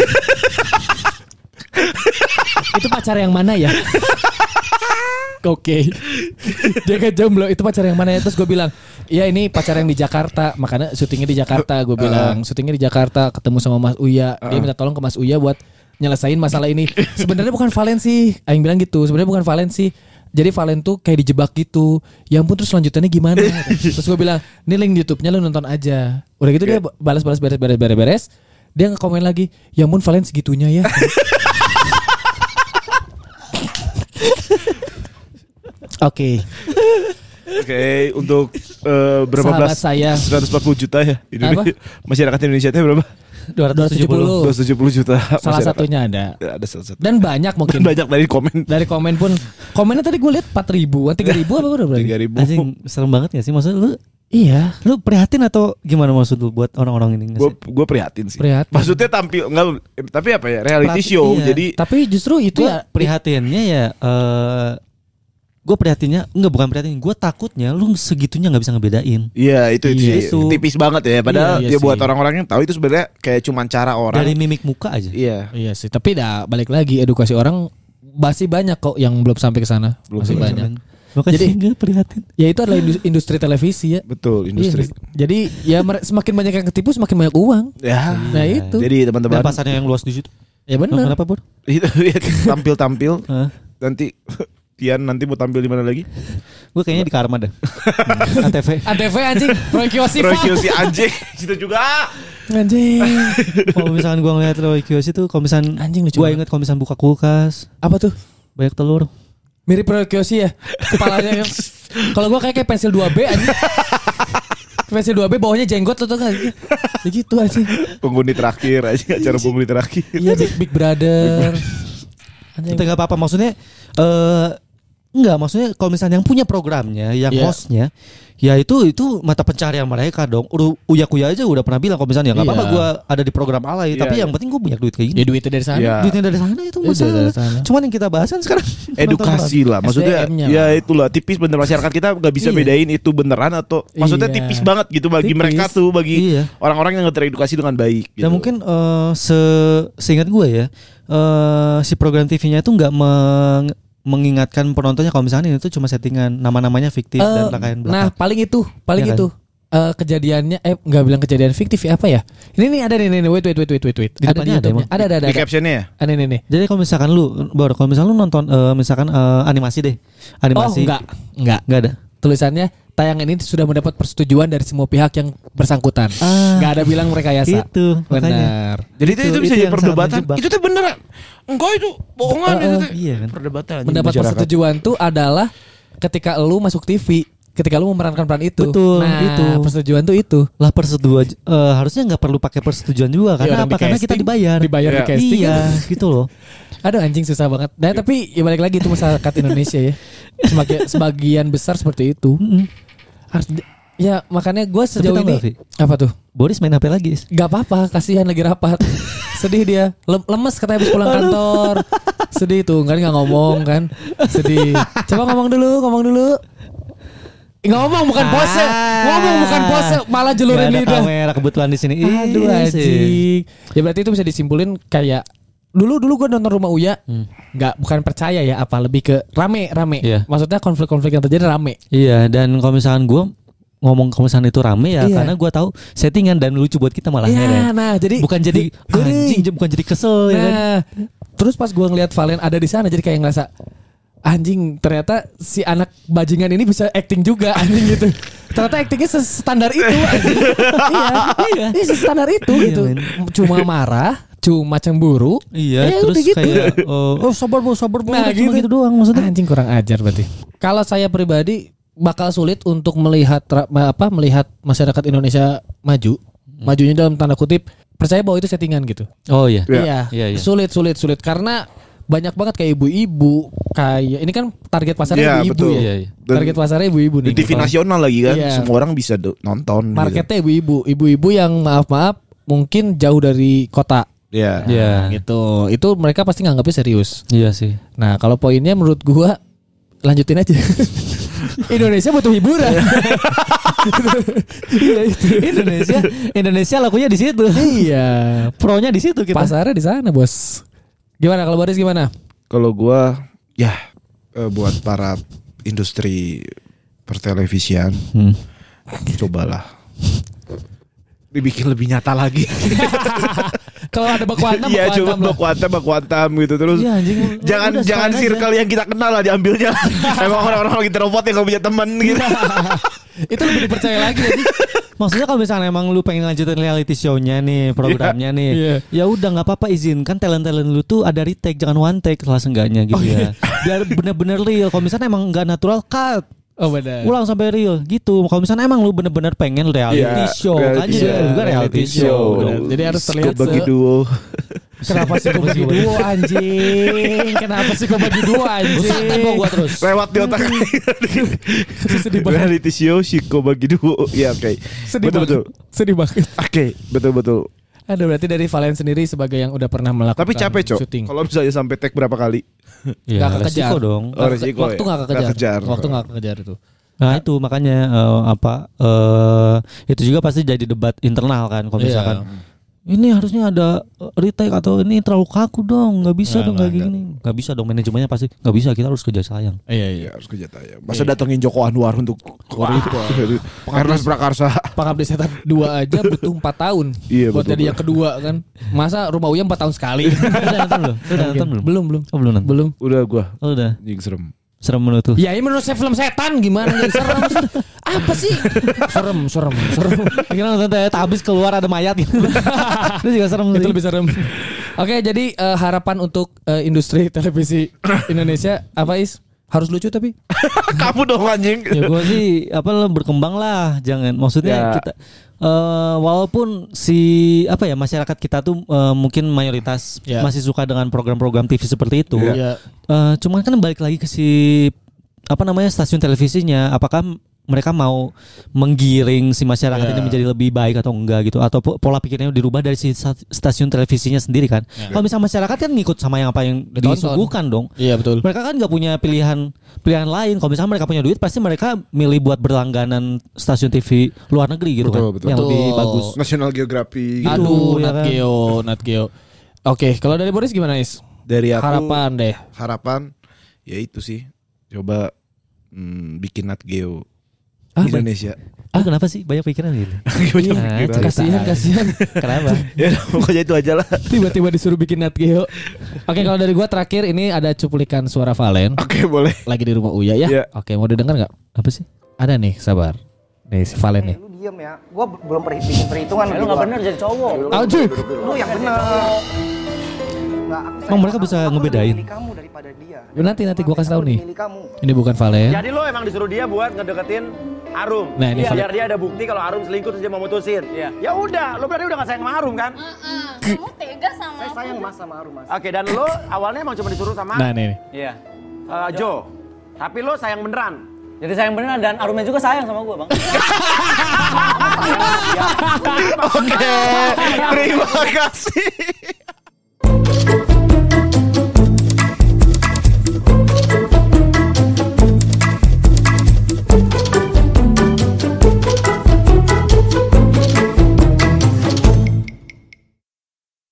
Itu pacar yang mana ya? Oke. Dia kan jomblo, itu pacar yang mana ya? Terus gue bilang, Iya ini pacar yang di Jakarta, makanya syutingnya di Jakarta. Gue bilang syutingnya di Jakarta, ketemu sama Mas Uya. Dia minta tolong ke Mas Uya buat nyelesain masalah ini. Sebenarnya bukan Valen sih, Aing bilang gitu. Sebenarnya bukan Valen sih. Jadi Valen tuh kayak dijebak gitu. Ya ampun terus lanjutannya gimana? Terus gue bilang, "Nih link YouTube-nya lu nonton aja." Udah gitu dia balas-balas beres-beres beres-beres. Dia nge-komen lagi, "Ya ampun Valen segitunya ya." Oke. Oke, untuk uh, berapa Sahabat belas saya. seratus empat puluh juta ya Indonesia. Masyarakat Indonesia itu berapa? dua ratus tujuh puluh. dua ratus tujuh puluh juta. Salah masyarakat. satunya ada. Ya, ada salah satu. Dan banyak mungkin. Dan banyak dari komen. Dari komen pun. Komennya tadi gue lihat empat ribu, tiga ribu apa udah berapa? tiga ribu. Anjing serem banget gak sih? Maksud lu Iya. lu prihatin atau gimana maksud lu buat orang-orang ini? Gue gue prihatin sih. Prihatin. Maksudnya tampil enggak tapi apa ya? Reality Perhati- show. iya. Jadi Tapi justru itu Gua ya prihatinnya ya eh gue prihatinnya enggak bukan prihatin, gue takutnya lu segitunya nggak bisa ngebedain iya itu itu, Iya, sih. itu. tipis banget ya. Padahal Iya, iya ya buat sih. orang-orang yang tahu itu sebenarnya kayak cuman cara orang. dari mimik muka aja. Iya. Iya sih, tapi dah balik lagi edukasi orang masih banyak kok yang belum sampai ke sana. Masih banyak. Makanya Jadi- gue prihatin. Ya itu adalah indus- industri televisi ya. Betul, industri. Iya, jadi ya mer- semakin banyak yang ketipu semakin banyak uang. Ya. Nah itu. Jadi teman-teman Dan pasarnya yang luas di situ. Ya benar. Kenapa, Bur? itu ya, tampil-tampil Hah? nanti Tian nanti mau tampil di mana lagi? Gue kayaknya di Karma dah. A T V. Antv anjing, Roy Kiyoshi. Roy Pak. Kiyoshi anjing situ juga. Anjing. Kalau misalkan gue ngeliat Roy Kiyoshi tuh, kalau misalkan Anjing lucu gue banget. inget kalau misalkan buka kulkas Apa tuh? banyak telur. Mirip Roy Kiyoshi ya. Kepalanya. Kalau gua kayak kayak pensil dua B anjing. Pensil dua B bawahnya jenggot tuh tuh kan. Ya gitu anjing. Penghuni terakhir aja acara penghuni terakhir. Iya Big Big Brother. Anjing. Itu nggak apa-apa, maksudnya eh enggak, maksudnya kalau misalnya yang punya programnya, yang Iya. hostnya, ya itu itu mata pencarian mereka dong. Udah Uya-Kuya aja udah pernah bilang kalau misalnya nggak Iya. apa-apa gue ada di program alay, Iya, tapi iya. yang penting gue punya duit kayak Ya gini. duitnya dari sana. Iya. Duitnya dari sana itu Iya, masalah. dari sana. Cuman yang kita bahas kan sekarang Edukasi lah, maksudnya S D M-nya ya lah. itulah tipis bener masyarakat kita nggak bisa Iya. bedain itu beneran atau maksudnya Iya. tipis banget gitu bagi Tipis. mereka tuh bagi Iya. orang-orang yang nggak teredukasi dengan baik. Gitu. Dan mungkin eh, se seingat gue ya, eh, si program T V-nya itu nggak meng- mengingatkan penontonnya kalau misalnya ini tuh cuma settingan, nama-namanya fiktif dan Eh, rangkaian nah belakang. paling itu, paling Iya kan? itu Eh, kejadiannya, eh nggak bilang kejadian fiktif ya apa ya? Ini nih ada nih nih nih, wait wait wait wait wait wait. Di Ada depannya nih ada ada emang? ada ada ada. Di captionnya ya. Ada nih nih. Jadi kalau misalkan lu, Bor, kalau misalkan lu nonton eh, misalkan eh, animasi deh, Oh animasi enggak enggak. nggak ada. Tulisannya tayangan ini sudah mendapat persetujuan dari semua pihak yang bersangkutan. Ah. Nggak ada bilang rekayasa. Itu makanya. Benar. Jadi itu, itu, Itu- bisa itu jadi yang perdebatan. sangat menjebak. Itu tuh beneran. Enggak itu bohongan Eh, itu eh, tuh. iya kan? Perdebatan. anjing Mendapat masyarakat. persetujuan tuh adalah ketika lu masuk T V, ketika lu memerankan peran itu. Betul, nah, itu. persetujuan tuh itu. Lah persetujuan eh, harusnya nggak perlu pakai persetujuan juga Iya, karena orang apa? di Karena kita casting, dibayar. Dibayar di Iya. casting. Iya, kan. gitu loh. Aduh anjing susah banget. Nah, tapi ya balik lagi itu masyarakat Indonesia ya. Sebagian sebagian besar seperti itu. Mm-mm. Harus di- ya makanya gue sejauh tau ini nggak, Vi? apa tuh? Boris main H P lagi. Gak apa-apa, kasihan lagi rapat. Sedih dia, Lem- lemes katanya habis pulang kantor. Sedih tuh, kan nggak ngomong kan? Sedih. Coba ngomong dulu, ngomong dulu. Ngomong bukan pose, ngomong bukan pose, malah jelurin Nggak ada lidah. kamera kebetulan di sini. Aduh Iya sih. anjing. Ya berarti itu bisa disimpulin kayak dulu dulu gue nonton Rumah Uya, Hmm. nggak bukan percaya ya apa lebih ke rame rame. Iya. Maksudnya konflik-konflik yang terjadi rame. Iya, dan kalau misalkan gue ngomong kalau misalkan itu rame ya, Iya. karena gue tahu settingan dan lucu buat kita malah Iya, nah jadi bukan jadi Gede. anjing, bukan jadi kesel ya kan. Nah, terus pas gue ngeliat Valen ada di sana jadi kayak ngerasa anjing ternyata si anak bajingan ini bisa acting juga anjing gitu. Ternyata actingnya standar itu. anjing. iya, iya, iya standar itu Iya, gitu. men. Cuma marah, cuma cemburu. Iya, Ya terus udah gitu. kayak oh, oh sabar bu, sabar bu, Nah, udah cuma gitu. gitu doang maksudnya. Anjing kurang ajar berarti. Kalau saya pribadi bakal sulit untuk melihat ra- ma- apa melihat masyarakat Indonesia maju. Majunya dalam tanda kutip percaya bahwa itu settingan gitu. Oh iya. Iya. Iya, iya. Sulit sulit sulit karena banyak banget kayak ibu-ibu kayak ini kan target pasarnya Iya, ibu-ibu betul. ya. Iya, iya. Dan- Target pasarnya ibu-ibu Di nih. T V nasional lagi kan, Iya. semua orang bisa do- nonton. Marketnya ibu-ibu, ibu-ibu yang maaf-maaf mungkin jauh dari kota. Gitu. Iya. Iya. Gitu. Itu mereka pasti nganggapnya serius. Iya sih. Nah, kalau poinnya menurut gua lanjutin aja. Indonesia butuh hiburan. Iya itu. Indonesia, Indonesia lakunya di situ. Iya. Pro-nya di situ kita. Pasarnya di sana, Bos. Gimana kalau Boris gimana? Kalau gua ya eh, buat para industri pertelevisian Hmm. Cobalah dibikin lebih nyata lagi. Kalau ada bak Quantum, Iya, bak coba Quantum lah. bak Quantum, bak Quantum gitu terus. Iya, anjing, jangan udah jangan sekalian circle aja. yang kita kenal lah diambilnya. Emang orang-orang lagi teropot yang gak punya teman gitu. Itu lebih dipercaya lagi. Jadi. Maksudnya kalau misalnya emang lu pengen lanjutin reality show-nya nih, programnya nih, Iya. ya udah nggak apa-apa, izinkan talent-talent lu tuh ada retake, jangan one take lah seenggaknya gitu ya. Biar bener-bener real. Kalau misalnya emang nggak natural, cut. Oh benar. Ulang sampai real gitu. Kalau misalnya emang lu bener-bener pengen reality Iya, show, kan reality jadi show. juga reality Reality show. show. dong. Jadi harus terlihat Kok bagi se- duo. Kenapa sih kau bagi duo anjing? Kenapa sih kau bagi duo anjing? Rusak tempo gua terus. Lewat di otak. Sedih banget. Reality show Shiko bagi duo. Iya, oke. Sedih Betul betul. banget. Sedih banget. Oke, betul betul. Ada berarti dari Valen sendiri sebagai yang udah pernah melakukan Tapi capek, Cok. syuting. Kalau misalnya sampai tag berapa kali? Ya, Gak kekejar resiko dong. Oh, resiko Waktu ya? gak kekejar. Nggak kejar. Waktu gak kekejar itu. Nah itu makanya eh, apa eh itu juga pasti jadi debat internal kan kalau Iya. misalkan ini harusnya ada eh, retake atau ini terlalu kaku dong, nggak bisa Nggak, dong kayak nggak, gini, nggak bisa dong, manajemennya pasti nggak bisa, kita harus kerja sayang. Iya Iya, harus kerja tayang. Masa datengin Joko Anwar untuk Koripor. Ernest Prakarsa. Pengabdi Setan dua aja butuh empat tahun. Iya, buat betul, jadi betul. yang kedua kan. Masa Rumah Uya empat tahun sekali. Udah nonton belum? Udah nonton belum? Belum, belum. Oh belum nonton. Belum. Udah gua Oh udah. anjing serem. Serem menurut tuh. Ya ini menurut saya film setan gimana jadi serem sih? Apa sih? Serem, serem, serem. Kira nonton teh habis keluar ada mayat gitu. Itu juga serem sih. Itu lebih serem. Oke, jadi eh, harapan untuk eh, industri televisi Indonesia apa Is? Harus lucu tapi Kamu dong anjing. Ya gue sih apa lah, berkembang lah, jangan maksudnya Ya. kita eh, walaupun si apa ya masyarakat kita tuh eh, mungkin mayoritas Ya. masih suka dengan program-program T V seperti itu. ya. Eh, cuman kan balik lagi ke si apa namanya stasiun televisinya, apakah mereka mau menggiring si masyarakat Ya. ini menjadi lebih baik atau enggak gitu, atau po- pola pikirnya dirubah dari si sta- stasiun televisinya sendiri kan. Kalau misalnya masyarakat kan ngikut sama yang apa yang Ditonton. disuguhkan dong. Iya betul. Mereka kan nggak punya pilihan pilihan lain. Kalau misalnya mereka punya duit, pasti mereka milih buat berlangganan stasiun T V luar negeri gitu Betul, kan, betul. yang lebih Betul. bagus. National Geography gitu. Aduh, ya Nat kan? Geo, Nat Geo. Oke, kalau dari Boris gimana Is? Dari aku Harapan deh. harapan ya itu sih. Coba hmm, bikin Nat Geo Ah, Indonesia. Ah kenapa sih banyak pikiran gitu? Banyak Ah, pikiran. cerita. Kasihan, kasihan. Kenapa? Ya udah, pokoknya itu aja lah. Tiba-tiba disuruh bikin Nat Geo. Oke, kalau dari gua terakhir ini ada cuplikan suara Valen Oke, boleh. lagi di rumah Uya ya. Iya. Oke, mau didengar nggak? Apa sih? Ada nih, sabar. Nih si Valen nih. Lu diem ya, gua b- belum perhi- bikin perhitungan. Lu nggak bener jadi cowok. Aduh. Lu yang bener. Nggak, aku Emang sayang mereka kamu. bisa Aku ngebedain? lebih milih kamu daripada dia. Ya, nanti nanti gua kasih tahu Aku nih. lebih milih kamu. Ini bukan Valen. Jadi lo emang disuruh dia buat ngedeketin Arum. Nah, ini Iya, Valen. biar dia ada bukti kalau Arum selingkuh terus dia mau mutusin. Iya. Ya udah, lo berarti udah gak sayang sama Arum kan? Heeh, kamu tega sama Saya aku. sayang mas sama Arum mas. Oke, dan lo awalnya emang cuma disuruh sama Nah, nih. nih. Iya. eh, Jo. Tapi lo sayang beneran. Jadi sayang beneran dan Arumnya juga sayang sama gua bang. Oke, terima kasih.